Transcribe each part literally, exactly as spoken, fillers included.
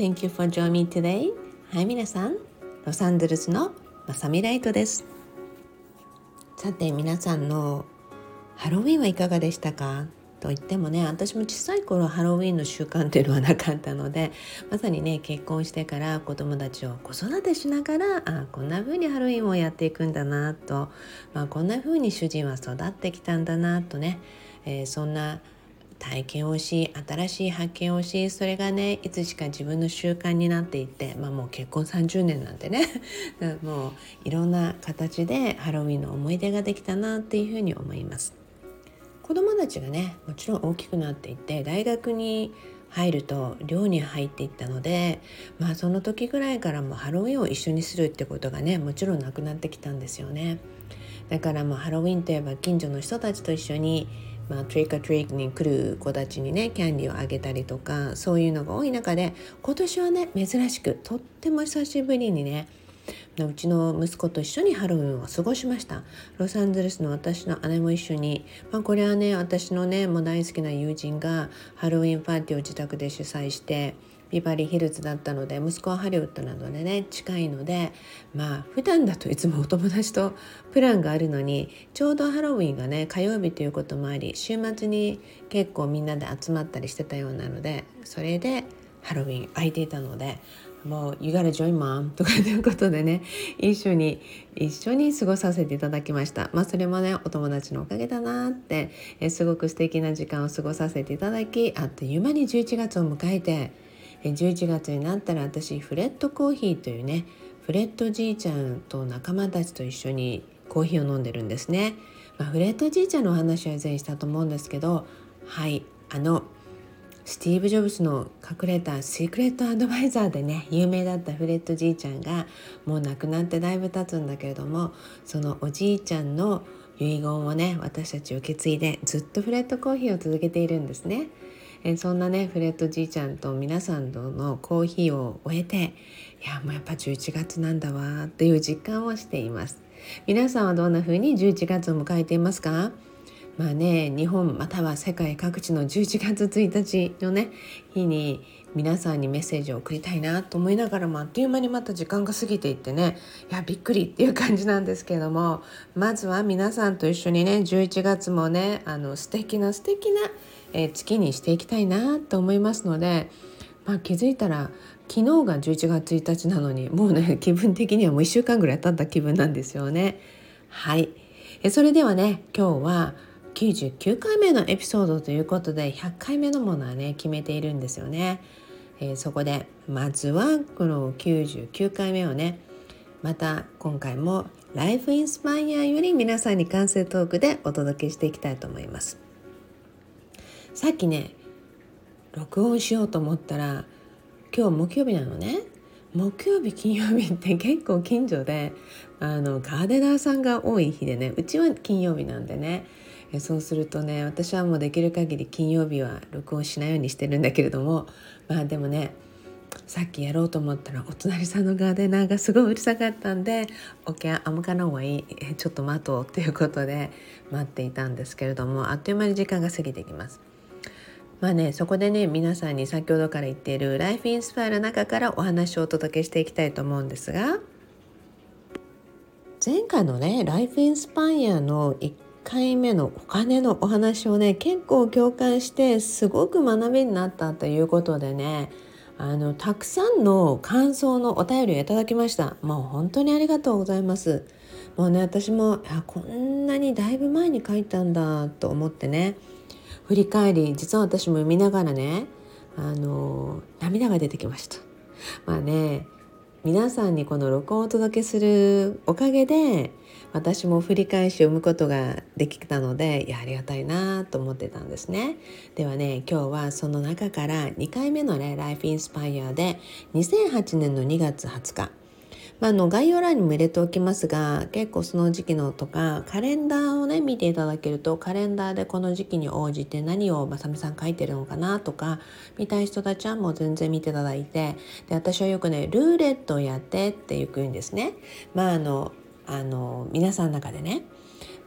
Thank you for joining me today. はい、皆さん、ロサンゼルスのまさみライトです。さて、皆さんのハロウィンはいかがでしたか？と言ってもね、私も小さい頃ハロウィンの習慣っていうのはなかったので、まさにね、結婚してから子供たちを子育てしながら、あ、こんな風にハロウィンをやっていくんだなと、まあ、こんな風に主人は育ってきたんだなとね、えー、そんな体験をし、新しい発見をし、それがね、いつしか自分の習慣になっていって、まあもう結婚さんじゅうねんなんてねもういろんな形でハロウィンの思い出ができたなっていうふうに思います。子どもたちがね、もちろん大きくなっていって大学に入ると寮に入っていったので、まあその時ぐらいからもハロウィンを一緒にするってことがね、もちろんなくなってきたんですよね。だからもうハロウィンといえば近所の人たちと一緒に、まあ、トリックアトリートに来る子たちにねキャンディーをあげたりとか、そういうのが多い中で、今年はね珍しくとっても久しぶりにね、うちの息子と一緒にハロウィンを過ごしました。ロサンゼルスの私の姉も一緒に、まあ、これはね私のねもう大好きな友人がハロウィンパーティーを自宅で主催して、ビバリーヒルズだったので、息子はハリウッドなどでね近いので、まあ普段だといつもお友達とプランがあるのに、ちょうどハロウィンがね火曜日ということもあり、週末に結構みんなで集まったりしてたようなので、それでハロウィン空いていたので、もう You gotta join mom とかということでね、一緒に一緒に過ごさせていただきました。まあそれもねお友達のおかげだなって、えすごく素敵な時間を過ごさせていただき、あっという間にじゅういちがつを迎えて、えじゅういちがつになったら私フレットコーヒーというね、フレットじいちゃんと仲間たちと一緒にコーヒーを飲んでるんですね。まあ、フレットじいちゃんのお話は以前したと思うんですけど、はいあのスティーブ・ジョブズの隠れたシークレットアドバイザーでね有名だったフレットじいちゃんがもう亡くなってだいぶ経つんだけれども、そのおじいちゃんの遺言をね私たち受け継いでずっとフレットコーヒーを続けているんですね。えそんなねフレットじいちゃんと皆さんとのコーヒーを終えて、いやもうやっぱじゅういちがつなんだわっていう実感をしています。皆さんはどんな風にじゅういちがつを迎えていますか？まあね、日本または世界各地のじゅういちがつついたちのね日に皆さんにメッセージを送りたいなと思いながらも、あっという間にまた時間が過ぎていってね、いやびっくりっていう感じなんですけれども、まずは皆さんと一緒にねじゅういちがつもねあの素敵な素敵な、えー、月にしていきたいなと思いますので、まあ、気づいたら昨日がじゅういちがつついたちなのに、もうね気分的にはもういっしゅうかんぐらい経った気分なんですよね。はい、えそれではね今日はきゅうじゅうきゅうかいめのエピソードということで、ひゃっかいめのものはね決めているんですよね。えー、そこでまずはこのきゅうじゅうきゅうかいめをね、また今回もライフインスパイアより皆さんに関するトークでお届けしていきたいと思います。さっきね録音しようと思ったら、今日木曜日なのね。木曜日金曜日って結構近所であのガーデナーさんが多い日でね、うちは金曜日なんでね、えそうするとね私はもうできる限り金曜日は録音しないようにしてるんだけれども、まあでもねさっきやろうと思ったらお隣さんのガーデナーがすごいうるさかったんで OK I'm gonna wait ちょっと待とうということで待っていたんですけれども、あっという間に時間が過ぎていきます。まあね、そこでね皆さんに先ほどから言っているライフインスパイアの中からお話をお届けしていきたいと思うんですが、前回のねライフインスパイアのいっかいめのお金のお話をね結構共感してすごく学びになったということでね、あのたくさんの感想のお便りをいただきました。もう本当にありがとうございます。もうね私もあこんなにだいぶ前に書いたんだと思ってね振り返り、実は私も見ながらねあの涙が出てきました。まあね皆さんにこの録音をお届けするおかげで私も振り返しを読むことができたので、いやありがたいなと思ってたんですね。ではね今日はその中からにかいめのねライフインスパイアでにせんはちねんのにがつはつか、まあ、あの概要欄にも入れておきますが、結構その時期のとかカレンダーをね見ていただけると、カレンダーでこの時期に応じて何をまさみさん書いてるのかなとか見たい人たちはもう全然見ていただいて、で私はよくねルーレットをやってってよく言うんですね。まああのあの皆さんの中でね、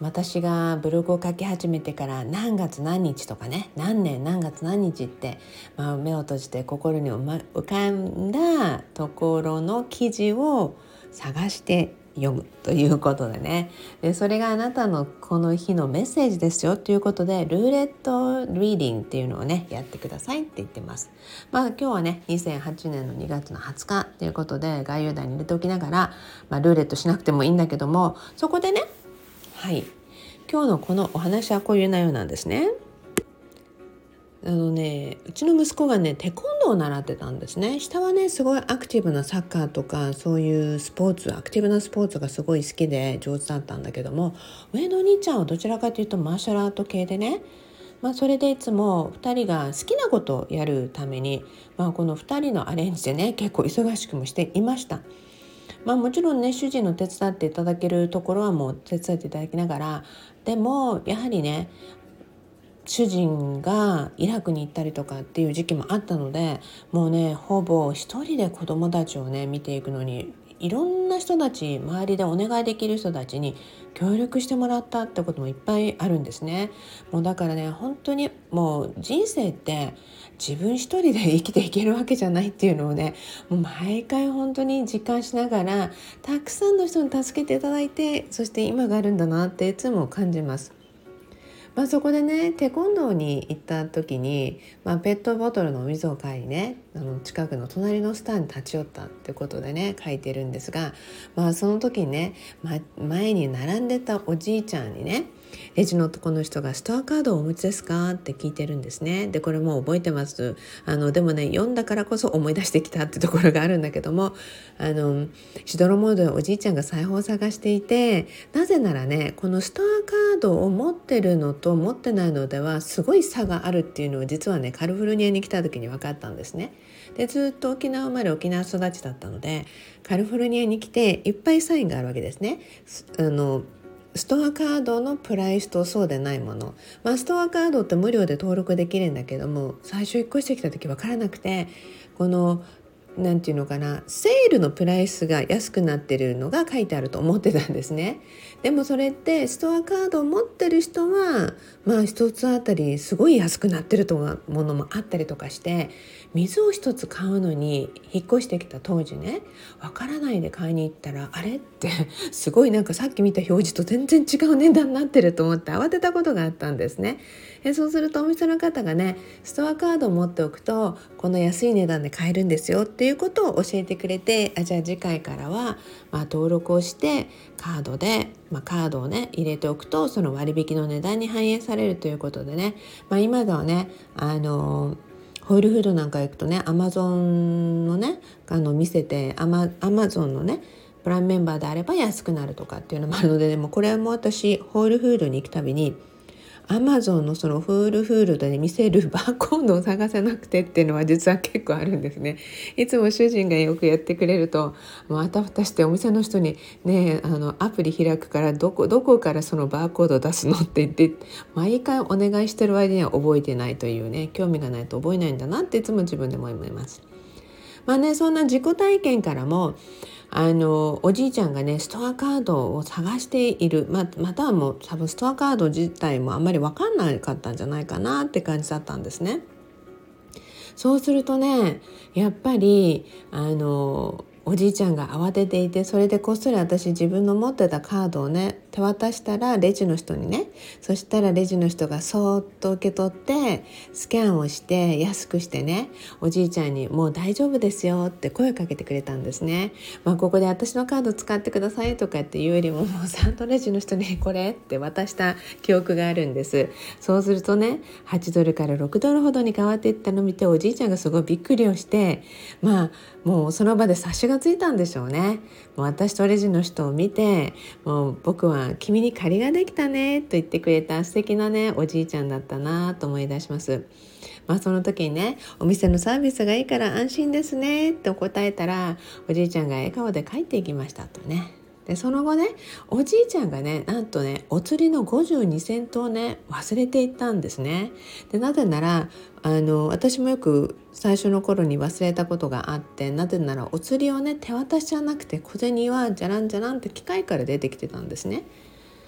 私がブログを書き始めてから何月何日とかね、何年何月何日って、まあ、目を閉じて心に浮かんだところの記事を探して読むということでね、でそれがあなたのこの日のメッセージですよということで、ルーレットリーディングっていうのをねやってくださいって言ってます。まあ今日はねにせんはちねんのにがつのはつかということで概要欄に入れておきながら、まあ、ルーレットしなくてもいいんだけども、そこでね、はい今日のこのお話はこういう内容なんですね。あのね、うちの息子がねテコンドーを習ってたんですね。下はねすごいアクティブなサッカーとかそういうスポーツ、アクティブなスポーツがすごい好きで上手だったんだけども、上のお兄ちゃんはどちらかというとマーシャルアート系でね、まあ、それでいつもふたりが好きなことをやるために、まあ、このふたりのアレンジでね結構忙しくもしていました。まあ、もちろんね主人の手伝っていただけるところはもう手伝っていただきながら、でもやはりね主人がイラクに行ったりとかっていう時期もあったので、もうねほぼ一人で子どもたちをね見ていくのに、いろんな人たち、周りでお願いできる人たちに協力してもらったってこともいっぱいあるんですね。もうだからね本当にもう人生って自分一人で生きていけるわけじゃないっていうのをね、もう毎回本当に実感しながら、たくさんの人に助けていただいて、そして今があるんだなっていつも感じます。まあ、そこでねテコンドーに行った時に、まあ、ペットボトルのお水を買いね、あの近くの隣のスターに立ち寄ったってことでね書いてるんですが、まあ、その時にね、ま、前に並んでたおじいちゃんにね、レジの男の人がストアカードをお持ちですかって聞いてるんですね。でこれもう覚えてます。あのでもね読んだからこそ思い出してきたってところがあるんだけども、あのしどろもどろおじいちゃんが財布を探していて、なぜならねこのストアカードを持ってるのと持ってないのではすごい差があるっていうのを実はねカリフォルニアに来た時に分かったんですね。でずっと沖縄生まれ沖縄育ちだったので、カリフォルニアに来ていっぱいサインがあるわけですね。あのストアカードのプライスとそうでないもの、まあ、ストアカードって無料で登録できるんだけども、最初引っ越してきた時分からなくて、このなんていうのかな、セールのプライスが安くなってるのが書いてあると思ってたんですね。でもそれってストアカードを持ってる人はまあ一つあたりすごい安くなってるとかものもあったりとかして、水を一つ買うのに引っ越してきた当時ね、わからないで買いに行ったら、あれってすごいなんかさっき見た表示と全然違う値段になってると思って慌てたことがあったんですね。えそうするとお店の方がね、ストアカードを持っておくとこの安い値段で買えるんですよっていうことを教えてくれて、あじゃあ次回からはまあ登録をしてカードで、まあ、カードをね入れておくとその割引の値段に反映されるということでね、まあ、今ではねあのホイールフードなんか行くとねアマゾンのねあの見せてアマ、アマゾンのねプライムメンバーであれば安くなるとかっていうのもあるので、でもこれはもう私ホイールフードに行くたびにアマゾンのそのフールフールで見せるバーコードを探せなくてっていうのは実は結構あるんですね。いつも主人がよくやってくれると、もうあたふたしてお店の人にね、あのアプリ開くからどこどこからそのバーコード出すのって言って毎回お願いしてる間には覚えてないというね、興味がないと覚えないんだなっていつも自分でも思います。まあね、そんな自己体験からもあのおじいちゃんがねストアカードを探している、ま、またはもう多分ストアカード自体もあんまり分かんなかったんじゃないかなって感じだったんですね。そうするとねやっぱりあのおじいちゃんが慌てていて、それでこっそり私自分の持ってたカードをね手渡したらレジの人にね、そしたらレジの人がそーっと受け取ってスキャンをして安くしてね、おじいちゃんにもう大丈夫ですよって声をかけてくれたんですね。まあ、ここで私のカード使ってくださいとかっていうよりも、もうちゃんとレジの人にこれって渡した記憶があるんです。そうするとねはちドルからろくドルほどに変わっていったのを見て、おじいちゃんがすごいびっくりをして、まあもうその場で察しがついたんでしょうね。もう私とレジの人を見て、もう僕は君に借りができたねと言ってくれた素敵なねおじいちゃんだったなと思い出します。まあ、その時にねお店のサービスがいいから安心ですねと答えたら、おじいちゃんが笑顔で帰っていきましたとね。でその後ねおじいちゃんがねなんとねお釣りのごじゅうにセントをね忘れていったんですね。でなぜならあの私もよく最初の頃に忘れたことがあって、なぜならお釣りをね手渡しじゃなくて小銭はじゃらんじゃらんって機械から出てきてたんですね。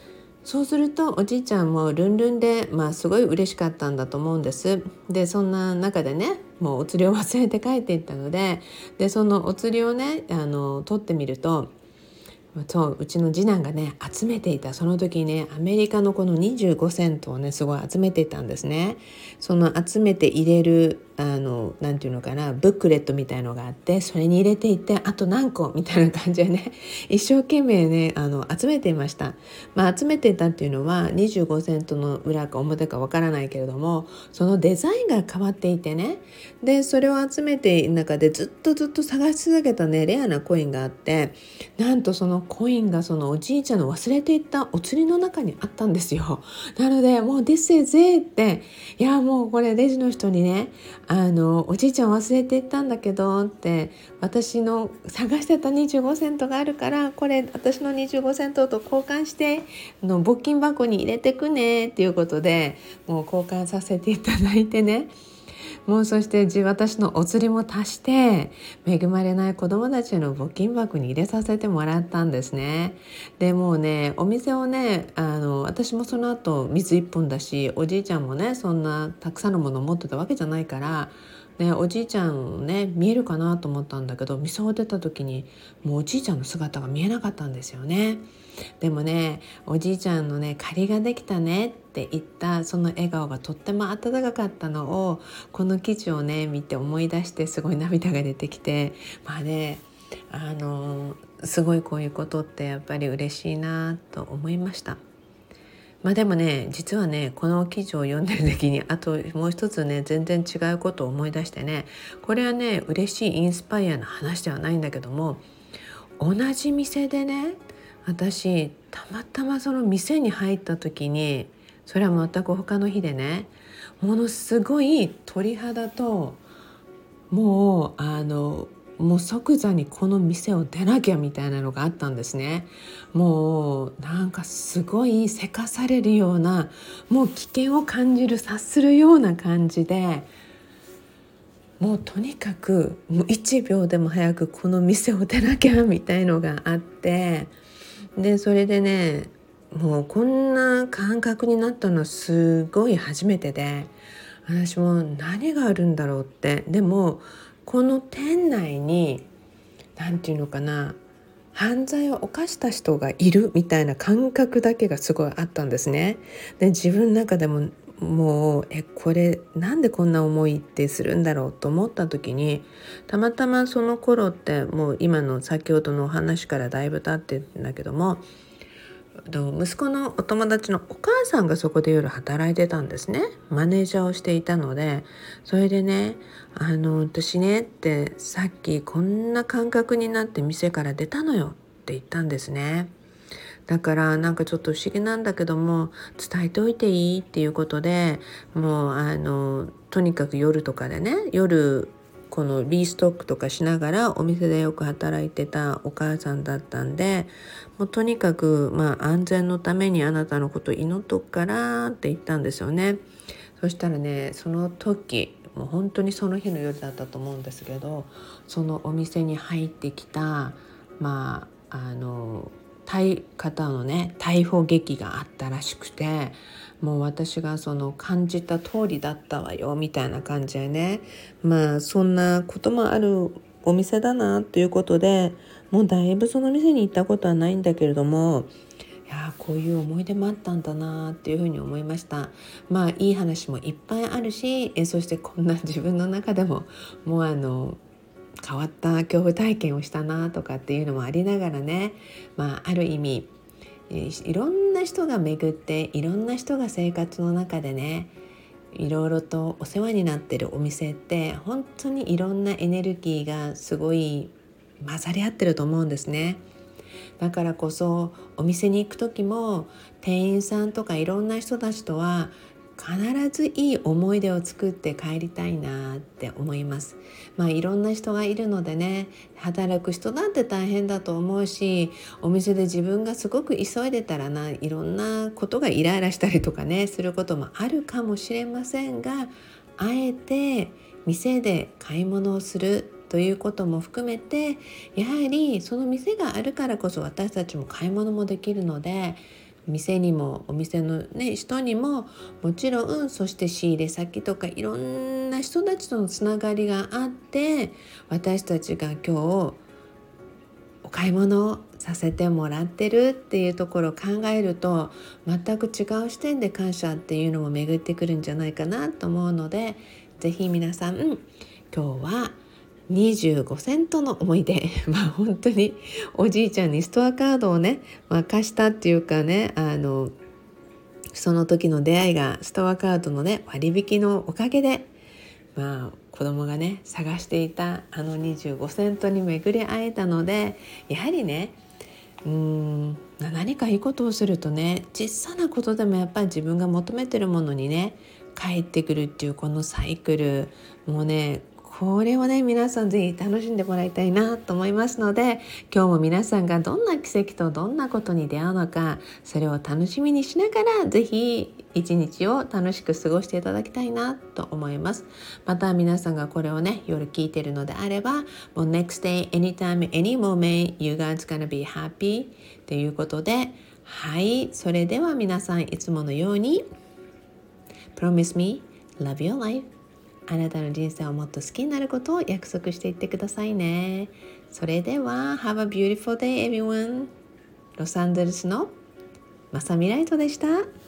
そうするとおじいちゃんもルンルンで、まあ、すごい嬉しかったんだと思うんです。でそんな中でね、もうお釣りを忘れて帰っていったので、でそのお釣りをねあの取ってみると、そううちの次男がね集めていた、その時にねアメリカのこのにじゅうごセントをねすごい集めていたんですね。その集めて入れるあのなんていうのかな、ブックレットみたいのがあって、それに入れていって、あと何個みたいな感じでね一生懸命ねあの集めていました。まあ、集めていたっていうのはにじゅうごセントの裏か表かわからないけれども、そのデザインが変わっていてね、でそれを集めている中でずっとずっと探し続けたねレアなコインがあって、なんとそのコインがそのおじいちゃんの忘れていったお釣りの中にあったんですよ。なのでもう This is it って、いやもうこれレジの人にね、あのおじいちゃん忘れていったんだけどって、私の探してたにじゅうごセントがあるから、これ私のにじゅうごセントと交換してあの募金箱に入れてくねっていうことで、もう交換させていただいてね、もうそして私のお釣りも足して恵まれない子どもたちの募金箱に入れさせてもらったんですね。でもうねお店をねあの私もその後水一本だし、おじいちゃんもねそんなたくさんのものを持ってたわけじゃないから、ね、おじいちゃんね見えるかなと思ったんだけど、店を出た時にもうおじいちゃんの姿が見えなかったんですよね。でもねおじいちゃんのね借りができたねって言ったその笑顔がとっても温かかったのを、この記事をね見て思い出して、すごい涙が出てきて、まあねあのすごいこういうことってやっぱり嬉しいなと思いました。まあでもね実はねこの記事を読んでる時にあともう一つね全然違うことを思い出してね、これはね嬉しいインスパイアな話ではないんだけども、同じ店でね私たまたまその店に入った時に、それは全く他の日でね、ものすごい鳥肌と、もうあのもう即座にこの店を出なきゃみたいなのがあったんですね。もうなんかすごいせかされるような、もう危険を感じる察するような感じで、もうとにかくもういちびょうでも早くこの店を出なきゃみたいのがあって、でそれでねもうこんな感覚になったのはすごい初めてで、私も何があるんだろうって。でもこの店内に何て言うのかな、犯罪を犯した人がいるみたいな感覚だけがすごいあったんですね。で自分の中でももうえこれなんでこんな思いってするんだろうと思った時に、たまたまその頃ってもう今の先ほどのお話からだいぶ経ってるんだけども、息子のお友達のお母さんがそこで夜働いてたんですね。マネージャーをしていたので、それでねあの私ねってさっきこんな感覚になって店から出たのよって言ったんですね。だからなんかちょっと不思議なんだけども伝えておいていいっていうことで、もうあのとにかく夜とかでね、夜このリーストックとかしながらお店でよく働いてたお母さんだったんで、もうとにかくまあ安全のためにあなたのこと祈っとくからって言ったんですよね。そしたらねその時もう本当にその日の夜だったと思うんですけど、そのお店に入ってきたまああの方のね逮捕劇があったらしくて、もう私がその感じた通りだったわよみたいな感じでね、まあそんなこともあるお店だなということで、もうだいぶその店に行ったことはないんだけれども、いやこういう思い出もあったんだなっていうふうに思いました。まあいい話もいっぱいあるし、えそしてこんな自分の中でももうあの変わった恐怖体験をしたなとかっていうのもありながらね、まあある意味いろんな人が巡って、いろんな人が生活の中でねいろいろとお世話になってるお店って本当にいろんなエネルギーがすごい混ざり合ってると思うんですね。だからこそお店に行く時も店員さんとかいろんな人たちとは必ずいい思い出を作って帰りたいなって思います。まあいろんな人がいるのでね、働く人だって大変だと思うし、お店で自分がすごく急いでたらないろんなことがイライラしたりとかねすることもあるかもしれませんが、あえて店で買い物をするということも含めて、やはりその店があるからこそ私たちも買い物もできるので、 店にもお店の、ね、人にももちろん、そして仕入れ先とかいろんな人たちとのつながりがあって、私たちが今日お買い物をさせてもらってるっていうところを考えると、全く違う視点で感謝っていうのも巡ってくるんじゃないかなと思うので、ぜひ皆さん、今日はにじゅうごセントの思い出まあ本当におじいちゃんにストアカードをね、まあ、貸したっていうかね、あのその時の出会いがストアカードのね割引のおかげで、まあ子供がね探していたあのにじゅうごセントに巡り会えたので、やはりね、うーん何かいいことをするとね、小さなことでもやっぱり自分が求めてるものにね返ってくるっていうこのサイクル、もうねこれをね皆さんぜひ楽しんでもらいたいなと思いますので、今日も皆さんがどんな奇跡とどんなことに出会うのか、それを楽しみにしながらぜひ一日を楽しく過ごしていただきたいなと思います。また皆さんがこれをね夜聞いているのであれば、もう next day, anytime, any moment, you guys gonna be happy ということで、はい、それでは皆さんいつものように Promise me, love your life、あなたの人生をもっと好きになることを約束していってくださいね。それでは Have a beautiful day everyone。 ロサンゼルスのまさみライトでした。